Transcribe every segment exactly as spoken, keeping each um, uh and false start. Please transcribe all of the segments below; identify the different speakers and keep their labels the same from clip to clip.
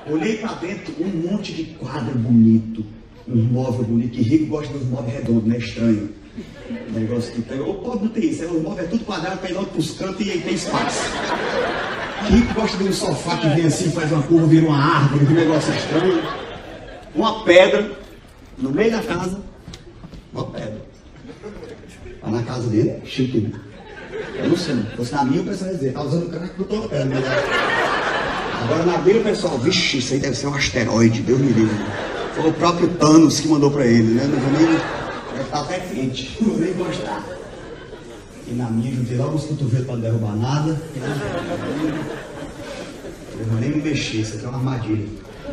Speaker 1: Olhei pra dentro, um monte de quadro bonito, uns móveis bonitos, que rico gosta dos móveis redondos, né? Estranho. Negócio que tem. O pobre não tem isso, os móveis é tudo quadrado, tem logo pros cantos e aí tem espaço. Que rico gosta de um sofá que vem assim, faz uma curva, vira uma árvore, um negócio estranho. Uma pedra, no meio da casa, uma pedra. Lá na casa dele, chique, né? Eu não sei, se fosse na minha, o pessoal ia dizer, tá usando o crack do topo. Agora na dele, o pessoal, vixe, isso aí deve ser um asteroide, Deus me livre. Foi o próprio Thanos que mandou pra ele, né? Não vou nem. Deve estar até quente, não vou nem gostar. E na minha, juntei logo os cotovelos pra não derrubar nada. Eu não vou nem me mexer, isso aqui é uma armadilha.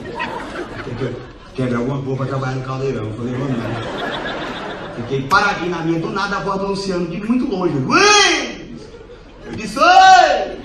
Speaker 1: Quebra alguma coisa pra trabalhar no caldeirão. Eu falei, vamos não. Fiquei paradinho na minha, do nada a voz do Luciano, de muito longe. Ui! Eu disse, oi!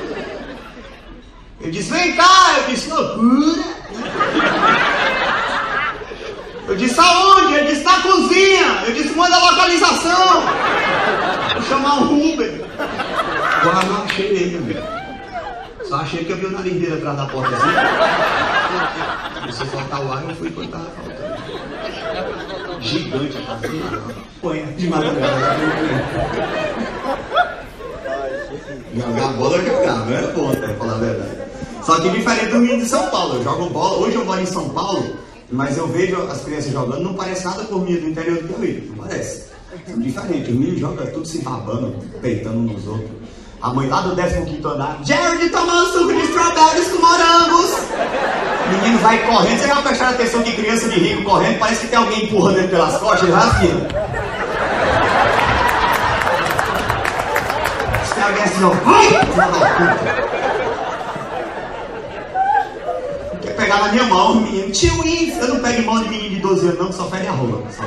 Speaker 1: Eu disse, vem cá! Eu disse, loucura! Eu disse, aonde? Ele disse, na cozinha! Eu disse, manda a localização! Vou chamar um Uber. Agora não achei ele, amigo. Só achei que eu vi o nariz dele atrás da porta assim. Comecei a faltar o ar e eu fui quando tava faltando. Gigante a casa. Põe de madrugada. Jogar bola eu jogava, não era bom, pra falar a verdade. Só que diferente do menino de São Paulo. Eu jogo bola, hoje eu moro em São Paulo, mas eu vejo as crianças jogando, não parece nada por mim do interior do Piauí, não parece. São diferentes, os meninos jogam tudo se babando, peitando uns nos outros. A mãe lá do décimo quinto andar, Jared tomando suco de strawberries com morangos. O menino vai correndo, você vai prestar atenção de criança de rico correndo, parece que tem alguém empurrando ele pelas costas, ele rasguinha. Se tem alguém assim, ó, quer pegar na minha mão, o menino, tio Wins, eu não pego em mão de menino de doze anos não, que só fede a rola. Só.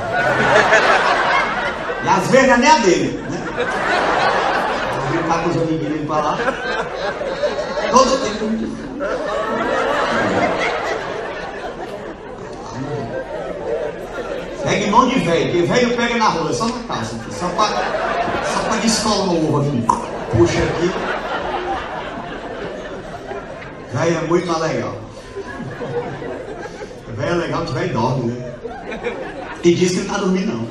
Speaker 1: E às vezes não é nem a dele, né? Brincar com os amiguinhos indo pra lá. Todo tempo. Pega em mão de velho, porque velho pega na rola, só na calça, só pra, só pra descolar o ovo aqui. Puxa aqui. Velho é muito mais legal. Velho é legal que velho dorme, né? E diz que não tá dormindo, não.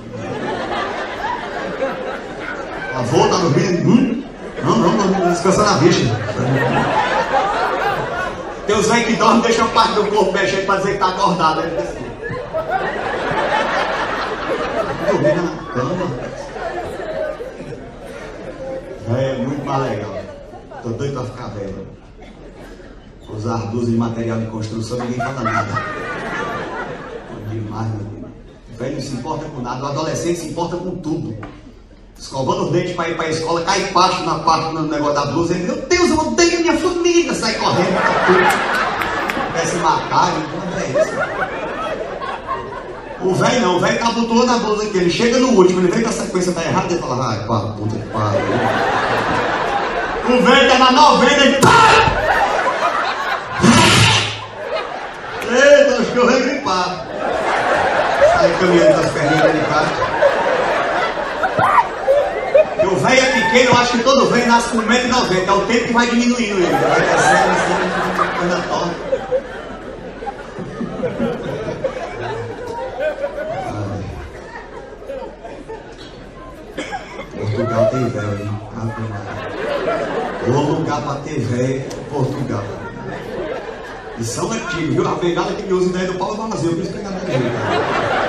Speaker 1: A avó tá dormindo? Hum? Não, não, não, descansa na bicha. Tem os velhos que dormem e deixam parte do corpo mexendo pra dizer que tá acordado. Aí ele diz, dormindo na cama. É muito mais legal. Tô doido pra ficar velho. Usar blusas de material de construção, ninguém fala nada. Demais, meu Deus. O velho não se importa com nada, o adolescente se importa com tudo. Escovando os dentes para ir para a escola, cai pasto na parte no negócio da blusa. Ele, meu Deus, eu odeio minha família. Sai correndo para tudo. Quer se matar, então é isso. O velho não, o velho cabutou na blusa aqui. Ele chega no último, ele vê que a sequência tá errada, ele fala, ai, pá, puta que pariu. O velho tá na novena, ele para! Eita, acho que eu vou gripar. Sai caminhando com as perninhas de cá. O velho é pequeno, eu acho que todo velho nasce com um metro e noventa, é o tempo que vai diminuindo ele. Vai crescendo assim, vai ficando a torta. Portugal tem velho, hein? O lugar pra ter velho é Portugal. E são antigos, viu? A pegada que me usa ideia do pau vazio, por isso que a galera jeito.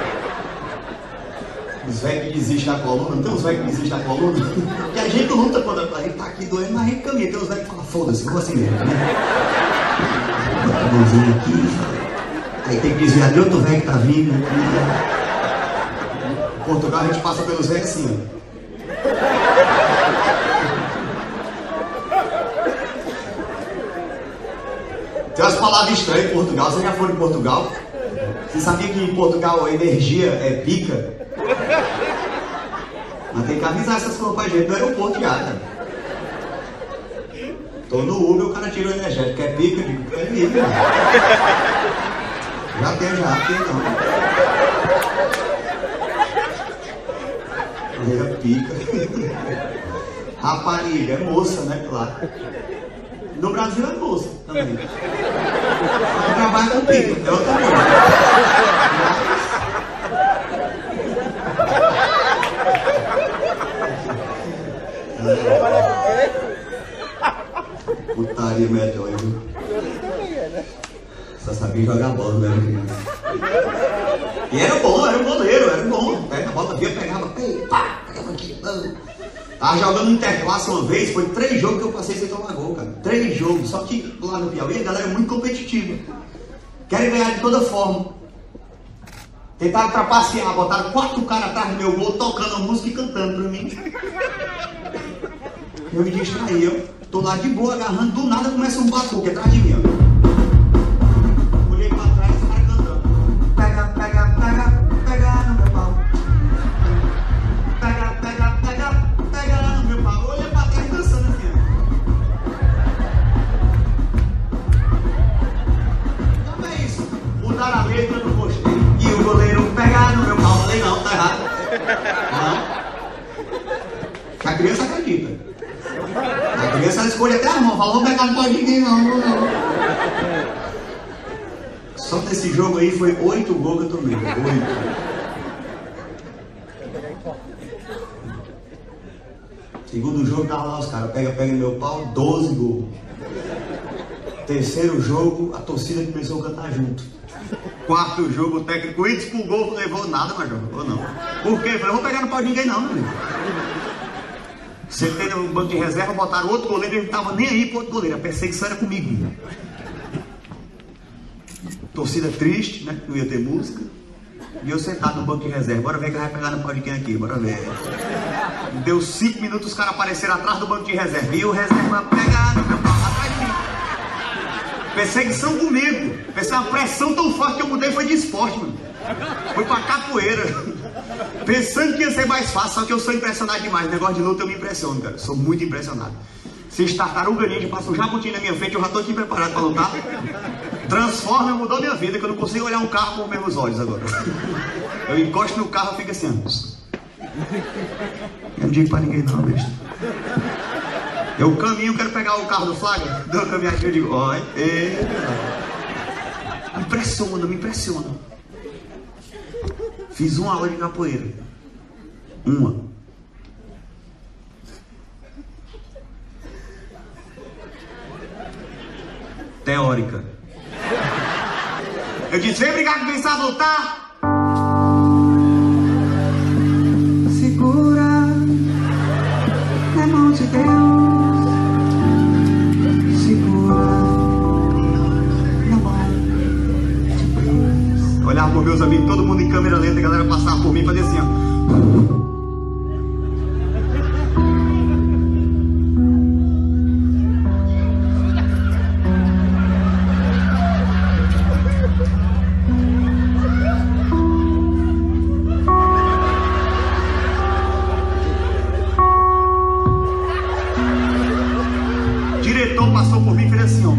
Speaker 1: Os velhos que desistem da coluna, não tem uns velhos que desistem da coluna? Porque a gente luta quando a gente tá aqui doendo, mas a gente caminha. Tem uns velhos que falam, foda-se, vou assim mesmo, né? Bota a mãozinha aqui, aí tem que desviar de outro velho que tá vindo. Em Portugal a gente passa pelos velhos assim, ó. Tem umas palavras estranhas em Portugal. Você já foi em Portugal? Você sabia que em Portugal a energia é pica? Mas tem que avisar essas coisas pra gente no aeroporto já, né? Tô no Uber, o cara tirou o energético. É pica? Eu digo, é pica. Já tem, já tem, não. É pica. Rapariga, é moça, né? Claro. No Brasil é moça também. pipa, é outra coisa. Putaria medonha, viu? Só sabia jogar bola, não era criança. E era bom, era um goleiro, era bom. Pega a bola, via, pegava, pá, pegava aqui. Tava jogando interclasse uma vez, foi três jogos que eu passei sem tomar gol, cara. Três jogos, só que lá no Piauí a galera é muito competitiva. Querem ganhar de toda forma. Tentaram trapacear, botaram quatro caras atrás do meu gol, tocando a música e cantando pra mim. Eu me distraí, eu tô lá de boa, agarrando, do nada começa um batuque atrás de mim, ó. Olhei pra trás, os caras cantando. Pega, pega, pega, pega no meu pau. Pega, pega, pega, pega no meu pau. Olhei pra trás dançando assim, ó. Como é isso? Mudaram a letra, eu não gostei. E o goleiro pega no meu pau. Falei, não, tá errado. Não. A criança acredita. A criança ela escolhe até a mão, fala, vou pegar, não pode ninguém não, não. Só nesse jogo aí foi oito gols que eu tomei. Oito. Segundo jogo tava lá os caras, pega, pega no meu pau, doze gols. Terceiro jogo, a torcida começou a cantar junto. Quarto jogo, o técnico ia pro gol, não levou nada, mas jogou não. Por quê? Eu falei, vou pegar no pau de ninguém não, meu amigo. Sentei no banco de reserva, botaram outro goleiro e ele não estava nem aí pro outro goleiro. A perseguição era comigo. Torcida triste, né? Não ia ter música. E eu sentado no banco de reserva. Bora ver que vai pegar no pau de quem aqui, bora ver. Deu cinco minutos, os caras apareceram atrás do banco de reserva. E o reserva pegar no meu pau, atrás de mim. Perseguição comigo. Pensei, uma pressão tão forte que eu mudei foi de esporte, mano. Foi pra capoeira. Pensando que ia ser mais fácil, só que eu sou impressionado demais. Negócio de luta eu me impressiono, cara. Sou muito impressionado. Se os tartaruga ninja passam um jabuti na minha frente, eu já tô aqui preparado pra lutar. Transforma, mudou minha vida, que eu não consigo olhar um carro com os mesmos olhos agora. Eu encosto no carro e fico assim. Eu não digo pra ninguém não, besta. Eu caminho, quero pegar o carro do Flagra, dou uma caminhadinha e digo, oi, me impressiona, me impressiona. Fiz uma aula de capoeira. Uma. Teórica. Eu disse, vem brigar com quem sabe lutar. Segura na mão de Deus. Segura na mão de Deus. Olhava por meus amigos, todo mundo em câmera lenta, a galera passava por mim e fazia assim, ó. Passou por mim e fez assim, ó.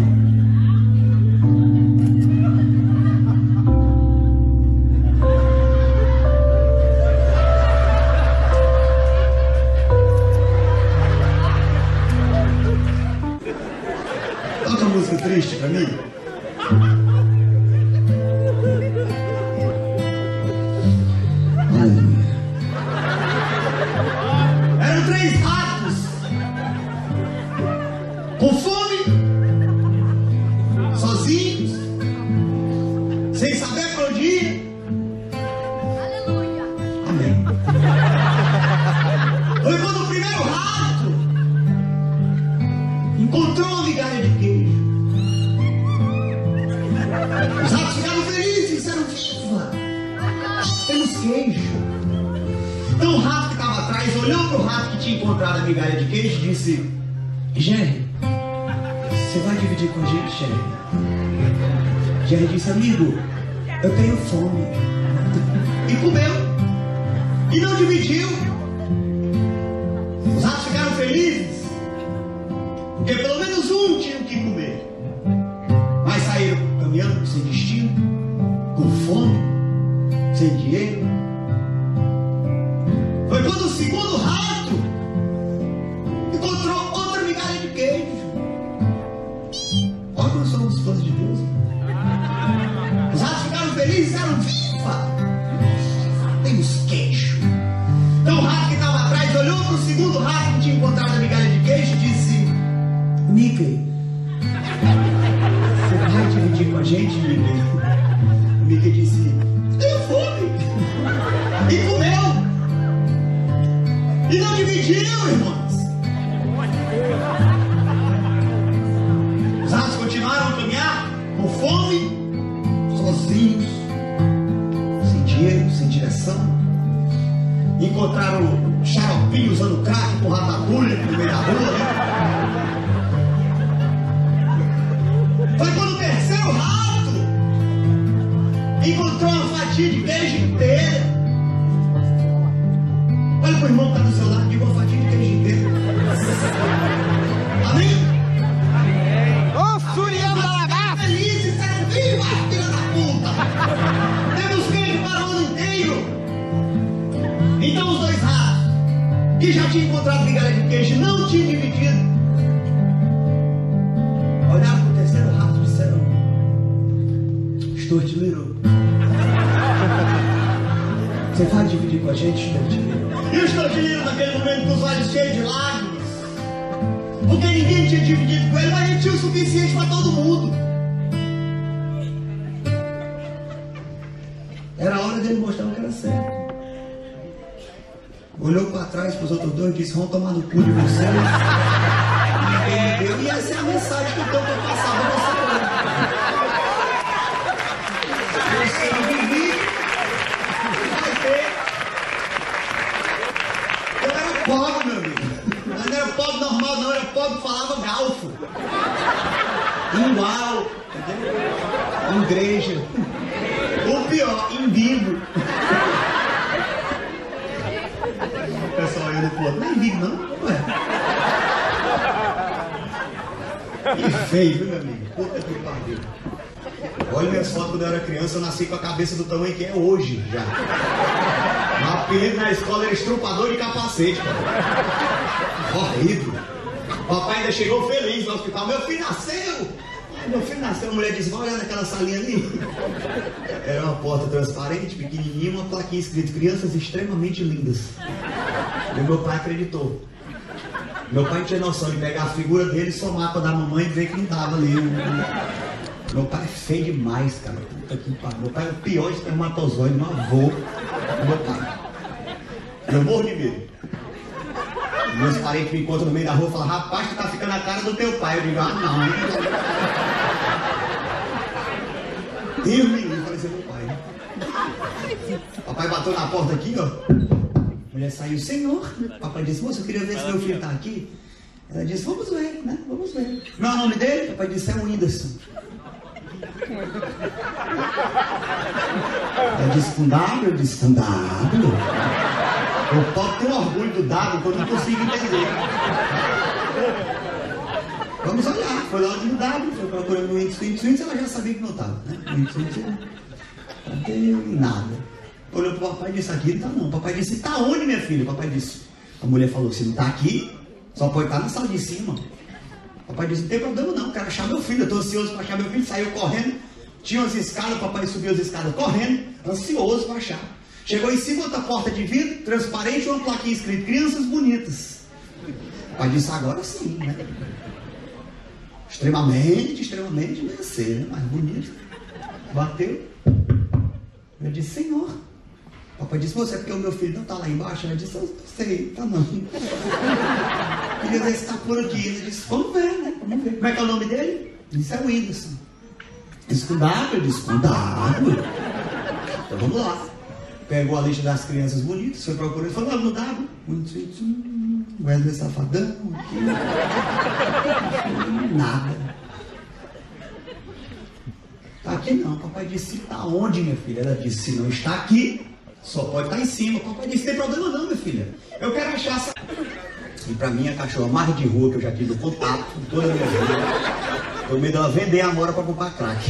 Speaker 1: Toca uma música triste pra mim. Eram três ratos com fome, sozinhos, sem saber para onde ir. Aleluia. Amém. Foi quando o primeiro rato encontrou uma migalha de queijo. Os ratos ficaram felizes e disseram, viva, temos queijo. Então o rato que estava atrás olhou para o rato que tinha encontrado a migalha de queijo e disse, Jerry, você vai dividir com a gente, Jerry? Jerry disse, amigo, eu tenho fome. E comeu. E não dividiu. Os ratos ficaram felizes, porque pelo menos um tinha o que comer. Mas saíram caminhando sem destino, com fome, sem dinheiro. Foi quando o segundo rato encontrou outra migalha de queijo. Olha como somos fãs de Deus. gente, o Mickey disse, tenho fome. E comeu. E não dividiu, irmãos. Os ratos continuaram a caminhar com fome, sozinhos, sem dinheiro, sem direção. Encontraram xaropinho usando crack por ratatouille no meio da rua, né? Foi quando o terceiro rato encontrou uma fatia de queijo inteira. Olha pro irmão que está do seu lado e diga uma fatia de queijo inteira. Amém?
Speaker 2: Ô, Suriel da lagarta!
Speaker 1: Felizes, serão vivas, filha da puta! Temos queijo para o ano inteiro. Então os dois ratos, que já tinham encontrado migalha de queijo, não tinham dividido, olharam para o terceiro rato e disseram, Stuart Little, você vai dividir com a gente, Stuart Little? E o Stuart Little, naquele momento, com os olhos cheios de lágrimas, porque ninguém tinha dividido com ele, mas ele tinha o suficiente para todo mundo. Era a hora dele mostrar o que era certo. Olhou para trás para os outros dois e disse, vão tomar no cu de vocês. E essa é a mensagem que eu estou para passar para você hoje. Você não vive, vai ter. Eu era pobre, meu amigo. Mas não era pobre normal, não. Era pobre que falava galfo. Igual. Entendeu? Igreja. Ou pior, imbigo. O pessoal olhando pro outro, não é imbigo não? Ué. Que feio, viu, meu amigo? Puta que pariu. Olha minhas fotos quando eu era criança, eu nasci com a cabeça do tamanho que é hoje, já. O apelido na escola era estrupador de capacete, cara. Horrível. O papai ainda chegou feliz no hospital, meu filho nasceu! Ai, meu filho nasceu, a mulher disse, vai olhar naquela salinha ali. Era uma porta transparente, pequenininha, uma plaquinha escrito, crianças extremamente lindas. E meu pai acreditou. Meu pai tinha noção de pegar a figura dele, somar com a da mamãe e ver que não dava ali. Meu pai é feio demais, cara. Puta que pariu. Meu pai é o pior espermatozoide, meu avô. Meu pai. Eu morro de medo. Meus parentes me encontram no meio da rua e falam, rapaz, tu tá ficando a cara do teu pai. Eu digo, ah, não. Deus me livre, parecia meu pai. Papai bateu na porta aqui, ó. A mulher saiu, Senhor. Papai disse, moça, eu queria ver se meu filho tá aqui. Ela disse, vamos ver, né? Vamos ver. Não é o nome dele? Papai disse, é o Whindersson. Ela disse, com W? Eu disse, com W. O pobre tem um orgulho do W que eu não consigo entender. Vamos olhar. Foi lá no W, foi procurando o Whindersson, Whindersson, ela já sabia que não estava, né? O Whindersson, não deu nada. Olhou pro papai e disse, aqui não tá não. O papai disse, tá onde, minha filha? O papai disse, a mulher falou, se não tá aqui, só pode estar na sala de cima. O papai disse, não tem problema não, quero achar meu filho, eu tô ansioso para achar meu filho. Saiu correndo, tinha umas escadas, o papai subiu as escadas correndo, ansioso para achar. Chegou em cima da porta de vidro, transparente, uma plaquinha escrita, crianças bonitas. O papai disse, agora sim, né? Extremamente, extremamente, não ia ser, né? Mas bonito. Bateu. Eu disse, Senhor. O papai disse, você é porque o meu filho não está lá embaixo? Ela disse, eu sei, tá não. Queria ver se está por aqui. Ele disse, vamos ver, né? Vamos ver. Como é que é o nome dele? Ele disse, é o Whindersson. Disse, com W? Eu disse, com W. Então vamos lá. Pegou a lista das crianças bonitas, foi procurando e falou, ah, no W. Wesley Safadão. Aqui. Nada. Tá aqui não. Papai disse, tá onde, minha filha? Ela disse, se não está aqui, só pode estar em cima. Papai disse, tem problema não, minha filha. Eu quero achar essa... E pra mim, a cachorra mais de rua que eu já tive contato toda a minha vida, eu medo dela vender a mora pra comprar crack.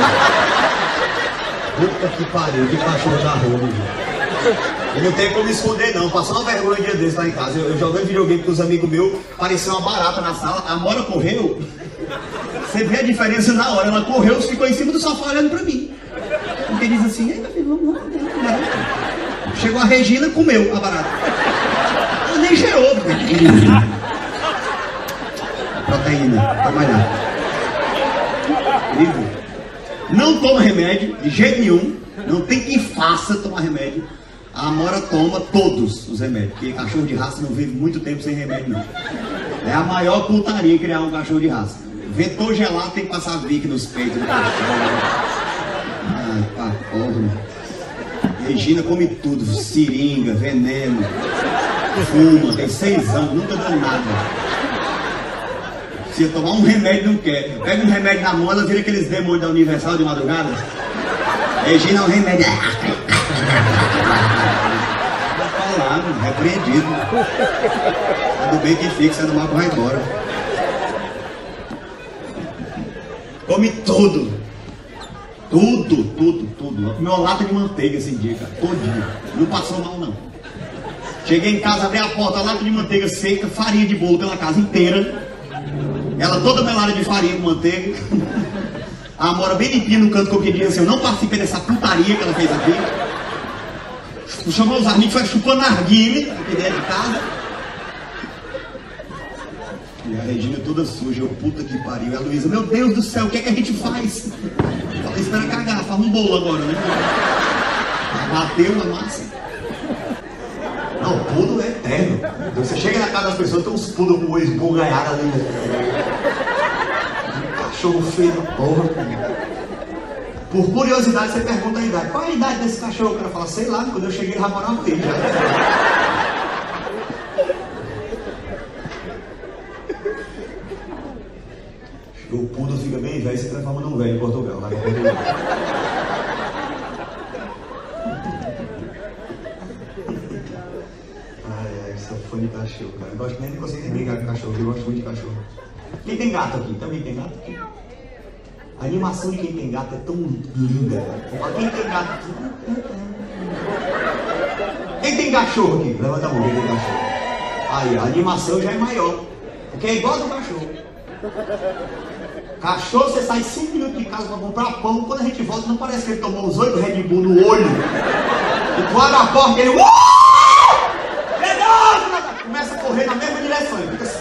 Speaker 1: Puta que pariu, que cachorro da rua, meu. Eu não tenho como esconder não, passar uma vergonha um dia desse lá em casa. Eu, eu jogando videogame com os amigos meus, parecia uma barata na sala, a mora correu. Você vê a diferença na hora, ela correu, ficou em cima do sofá olhando pra mim. Porque diz assim, ei meu filho, vamos lá. Chegou a Regina, comeu a barata. Ela nem gerou. Proteína, trabalhar. Livre. Não toma remédio, de jeito nenhum. Não tem quem faça tomar remédio. A Amora toma todos os remédios, porque cachorro de raça não vive muito tempo sem remédio, não. É a maior putaria criar um cachorro de raça. Ventou gelado, tem que passar Vick nos peitos do cachorro. Ai, pá, porra. Regina come tudo, seringa, veneno, fuma, tem seis anos, nunca deu nada. Se eu tomar um remédio, não quer. Pega um remédio na mão, ela vira aqueles demônios da Universal de madrugada. Regina é um remédio. Vai falar, mano, repreendido. É do bem que fica, é do mal que vai embora. Come tudo. Tudo, tudo, tudo. Comeu uma lata de manteiga esse dia, cara. Todinho. Não passou mal, não. Cheguei em casa, abri a porta, a lata de manteiga seca, farinha de bolo pela casa inteira. Ela toda melada de farinha com manteiga. A Amora bem limpinha no canto, que eu queria assim, eu não participei dessa putaria que ela fez aqui. Chamou os amigos, foi chupando narguile aqui dentro de casa. E a Regina toda suja, eu, puta que pariu. E a Luísa, meu Deus do céu, o que é que a gente faz? Falei, espera cagar, faz um bolo agora, né? Bateu na massa. Não, pudo é eterno. Você chega na casa das pessoas, tem uns pudos com o esbugalhado ali. Cachorro feio da porra. Por curiosidade, você pergunta a idade. Qual é a idade desse cachorro? O cara fala, sei lá, quando eu cheguei, ele já morava com ele já. O pudo fica bem velho e se transforma num velho em Portugal. Lá em Portugal. Ai, ai, sou fã de cachorro, cara. Eu gosto nem de conseguir brigar com cachorro, eu gosto muito de cachorro. Quem tem gato aqui? Também tem gato aqui? A animação de quem tem gato é tão linda. Ó, quem tem gato aqui? Quem tem cachorro aqui? Levanta a mão, quem tem cachorro. Aí, a animação já é maior. Porque é igual do cachorro. Cachorro, você sai cinco minutos de casa pra comprar pão. Quando a gente volta, não parece que ele tomou uns oito Red Bull no olho. E tu abre a porta e ele... Começa a correr na mesma direção. Ele fica assim.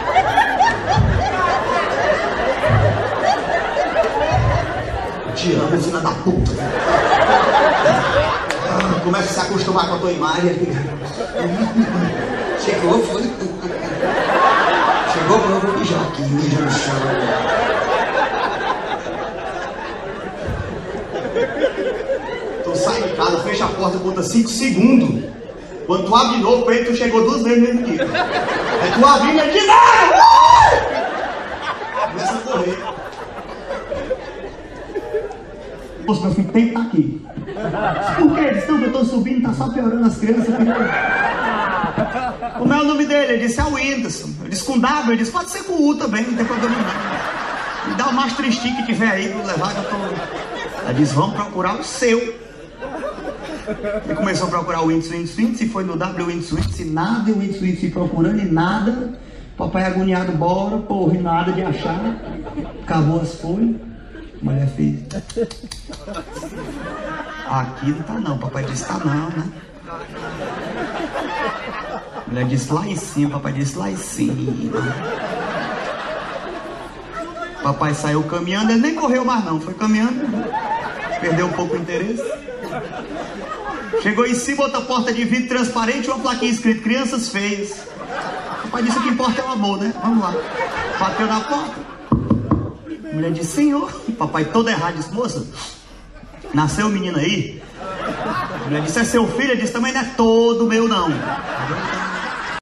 Speaker 1: Te amo, filha da puta. Começa a se acostumar com a tua imagem. Chegou, foi. Chegou, eu vou mijar aqui, mija no chão. Tu sai de casa, fecha a porta, conta cinco segundos. Quando tu abre de novo, pra ele, tu chegou duas vezes no mesmo dia. Aí tu abre e ele diz, começa a correr. Poxa, meu filho tem que estar aqui. Por quê? Ele disse, não, eu tô subindo, tá só piorando as crianças. Como é o nome dele? Ele disse, é o Whindersson. Eu disse, com W? Ele disse, pode ser com U também, não tem problema não. Me dá o Master Stick que tiver aí pra levar que eu tô... Ela disse, vamos procurar o seu. Ele começou a procurar o Whindersson, Whindersson, Whindersson, e foi no W, Whindersson, Whindersson, e nada, o Whindersson, Whindersson procurando e nada. Papai agoniado, bora, porra, e nada de achar. Acabou as folhas. A mulher fez. Aqui não tá não, papai disse tá não, né? A mulher disse lá em cima, papai disse lá em cima. Papai saiu caminhando, ele nem correu mais não, foi caminhando. Perdeu um pouco o interesse. Chegou em cima, outra porta de vidro transparente, uma plaquinha escrita, crianças feias. Papai disse, o que importa é o amor, né? Vamos lá. Bateu na porta. A mulher disse, senhor. Papai todo errado disse, moça, nasceu um menino aí? A mulher disse, é seu filho? Ele disse, também não é todo meu não.